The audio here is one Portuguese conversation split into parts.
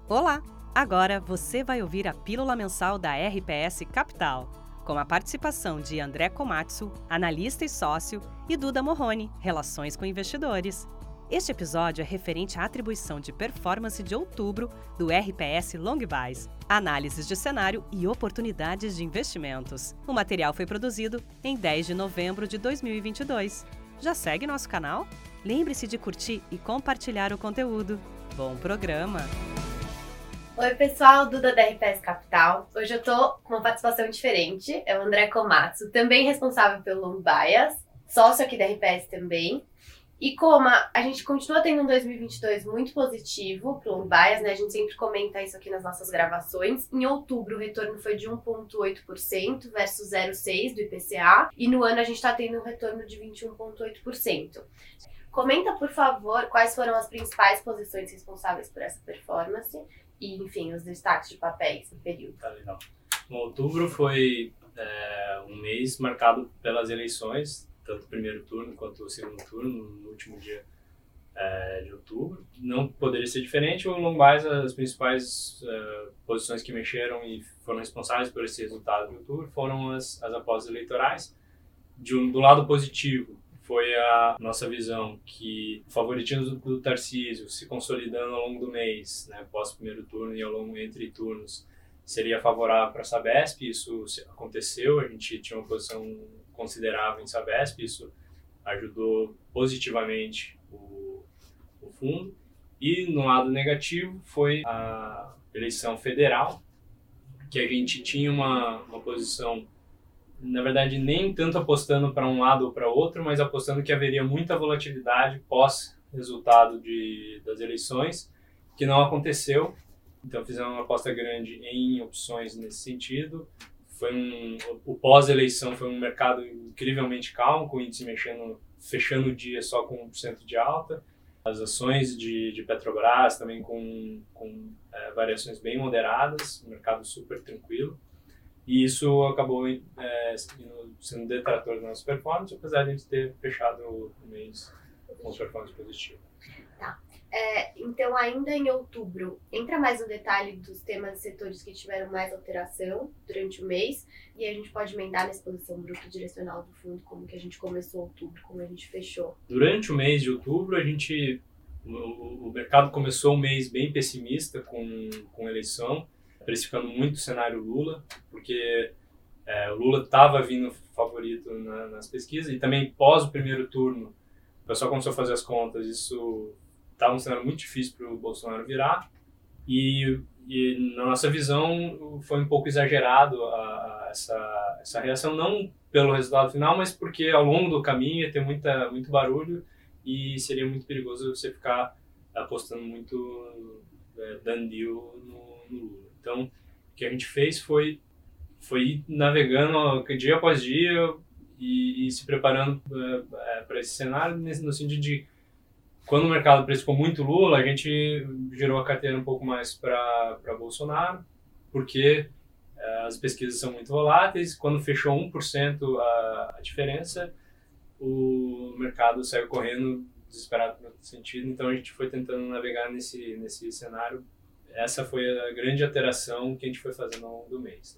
Olá! Agora você vai ouvir a Pílula Mensal da RPS Capital, com a participação de André Komatsu, analista e sócio, e Duda Morrone, Relações com Investidores. Este episódio é referente à atribuição de performance de outubro do RPS Longvais, análises de cenário e oportunidades de investimentos. O material foi produzido em 10 de novembro de 2022. Já segue nosso canal? Lembre-se de curtir e compartilhar o conteúdo. Bom programa! Oi pessoal, Duda da RPS Capital. Hoje eu tô com uma participação diferente, é o André Komatsu, também responsável pelo Long Bias, sócio aqui da RPS também. E como a gente continua tendo um 2022 muito positivo pro Long Bias, né? A gente sempre comenta isso aqui nas nossas gravações. Em outubro o retorno foi de 1,8% versus 0,6% do IPCA, e no ano a gente tá tendo um retorno de 21,8%. Comenta, por favor, quais foram as principais posições responsáveis por essa performance e, enfim, os destaques de papéis no período. Tá legal. Bom, outubro foi um mês marcado pelas eleições, tanto o primeiro turno quanto o segundo turno, no último dia de outubro. Não poderia ser diferente. O Long Bias, as principais posições que mexeram e foram responsáveis por esse resultado de outubro foram as apostas eleitorais. Do lado positivo, foi a nossa visão que o favoritismo do Tarcísio se consolidando ao longo do mês, né, pós primeiro turno e ao longo entre turnos, seria favorável para a Sabesp. Isso aconteceu, a gente tinha uma posição considerável em Sabesp, isso ajudou positivamente o fundo. E no lado negativo foi a eleição federal, que a gente tinha uma posição, na verdade, nem tanto apostando para um lado ou para outro, mas apostando que haveria muita volatilidade pós-resultado das eleições, que não aconteceu. Então, fizemos uma aposta grande em opções nesse sentido. O pós-eleição foi um mercado incrivelmente calmo, com o índice fechando o dia só com 1% de alta. As ações de Petrobras também com variações bem moderadas, um mercado super tranquilo. E isso acabou sendo detrator da nossa performance, apesar de a gente ter fechado o mês com performance positiva. Tá. Então, ainda em outubro, entra mais no detalhe dos temas e setores que tiveram mais alteração durante o mês, e a gente pode emendar na exposição bruta direcional do fundo, como que a gente começou outubro, como a gente fechou. Durante o mês de outubro, o mercado começou um mês bem pessimista com a eleição, precificando muito o cenário Lula, porque o Lula estava vindo favorito nas pesquisas, e também pós o primeiro turno, o pessoal começou a fazer as contas, isso estava um cenário muito difícil para o Bolsonaro virar, e na nossa visão foi um pouco exagerado essa reação, não pelo resultado final, mas porque ao longo do caminho ia ter muito barulho e seria muito perigoso você ficar apostando muito done deal no Lula. Então, o que a gente fez foi ir navegando dia após dia e se preparando para esse cenário, no sentido de, quando o mercado precificou muito Lula, a gente girou a carteira um pouco mais para Bolsonaro, porque as pesquisas são muito voláteis. Quando fechou 1% a diferença, o mercado saiu correndo desesperado no sentido, então a gente foi tentando navegar nesse cenário. Essa foi a grande alteração que a gente foi fazendo ao longo do mês, né?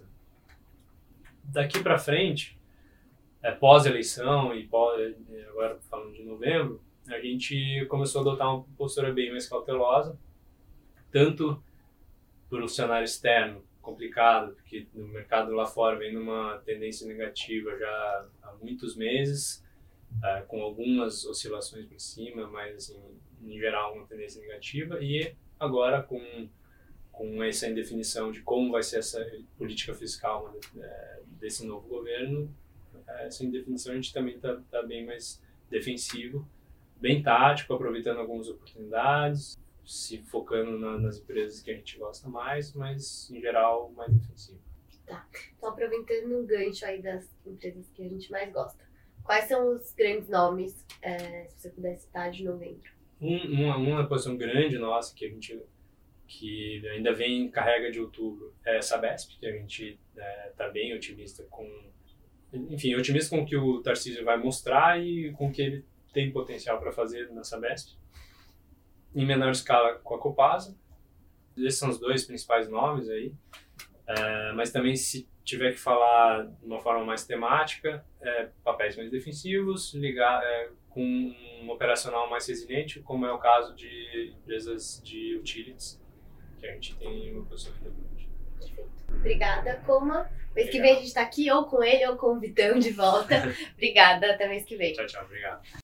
Daqui para frente, pós-eleição e agora falando de novembro, a gente começou a adotar uma postura bem mais cautelosa, tanto por um cenário externo complicado, porque o mercado lá fora vem numa tendência negativa já há muitos meses, com algumas oscilações para cima, mas assim, em geral uma tendência negativa, e agora com essa indefinição de como vai ser essa política fiscal desse novo governo, essa indefinição a gente também está bem mais defensivo, bem tático, aproveitando algumas oportunidades, se focando nas empresas que a gente gosta mais, mas em geral mais defensivo. Tá, então aproveitando um gancho aí das empresas que a gente mais gosta, quais são os grandes nomes, se você puder citar, de novembro? Uma posição grande nossa que ainda vem em carrega de outubro é a Sabesp, que a gente está bem otimista com o que o Tarcísio vai mostrar e com o que ele tem potencial para fazer na Sabesp. Em menor escala com a Copasa. Esses são os dois principais nomes aí. Mas também, se tiver que falar de uma forma mais temática, papéis mais defensivos, com um operacional mais resiliente, como é o caso de empresas de utilities, que a gente tem uma posição relevante. Perfeito. Obrigada, Coma. Mês que vem a gente está aqui ou com ele ou com o Vitão de volta. Obrigada, até mês que vem. Tchau, obrigado.